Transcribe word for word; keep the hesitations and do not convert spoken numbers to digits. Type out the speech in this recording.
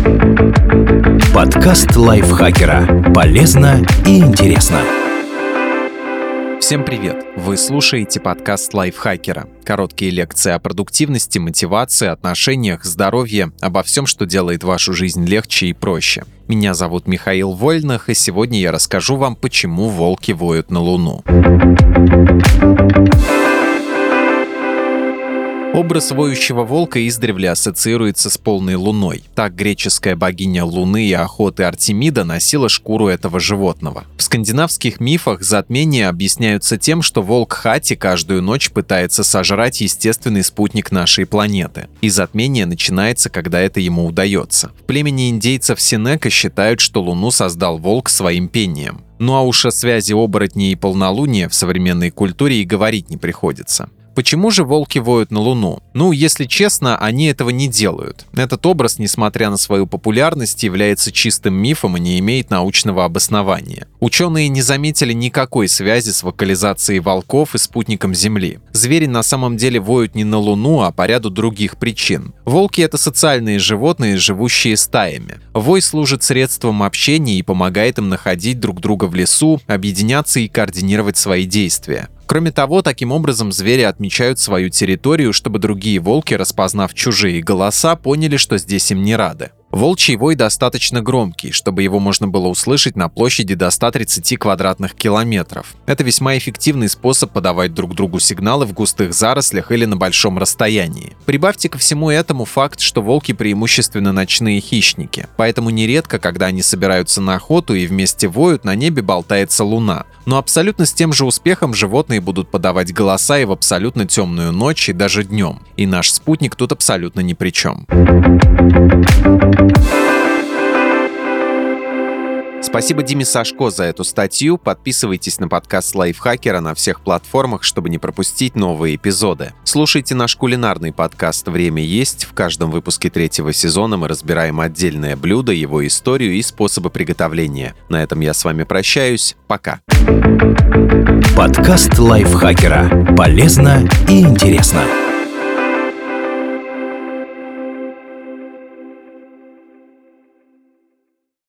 Подкаст лайфхакера. Полезно и интересно. Всем привет! Вы слушаете подкаст лайфхакера. Короткие лекции о продуктивности, мотивации, отношениях, здоровье, обо всем, что делает вашу жизнь легче и проще. Меня зовут Михаил Вольных, и сегодня я расскажу вам, почему волки воют на Луну. Образ воющего волка издревле ассоциируется с полной луной. Так греческая богиня Луны и охоты Артемида носила шкуру этого животного. В скандинавских мифах затмения объясняются тем, что волк Хати каждую ночь пытается сожрать естественный спутник нашей планеты. И затмение начинается, когда это ему удается. В племени индейцев Сенека считают, что Луну создал волк своим пением. Ну а уж о связи оборотней и полнолуния в современной культуре и говорить не приходится. Почему же волки воют на Луну? Ну, если честно, они этого не делают. Этот образ, несмотря на свою популярность, является чистым мифом и не имеет научного обоснования. Ученые не заметили никакой связи с вокализацией волков и спутником Земли. Звери на самом деле воют не на Луну, а по ряду других причин. Волки — это социальные животные, живущие стаями. Вой служит средством общения и помогает им находить друг друга в лесу, объединяться и координировать свои действия. Кроме того, таким образом звери отмечают свою территорию, чтобы другие волки, распознав чужие голоса, поняли, что здесь им не рады. Волчий вой достаточно громкий, чтобы его можно было услышать на площади до ста тридцати квадратных километров. Это весьма эффективный способ подавать друг другу сигналы в густых зарослях или на большом расстоянии. Прибавьте ко всему этому факт, что волки преимущественно ночные хищники, поэтому нередко, когда они собираются на охоту и вместе воют, на небе болтается луна. Но абсолютно с тем же успехом животные будут подавать голоса и в абсолютно темную ночь, и даже днем. И наш спутник тут абсолютно ни при чем. Спасибо Диме Сашко за эту статью. Подписывайтесь на подкаст Лайфхакера на всех платформах, чтобы не пропустить новые эпизоды. Слушайте наш кулинарный подкаст «Время есть». В каждом выпуске третьего сезона мы разбираем отдельное блюдо, его историю и способы приготовления. На этом я с вами прощаюсь. Пока. Подкаст лайфхакера. Полезно и интересно.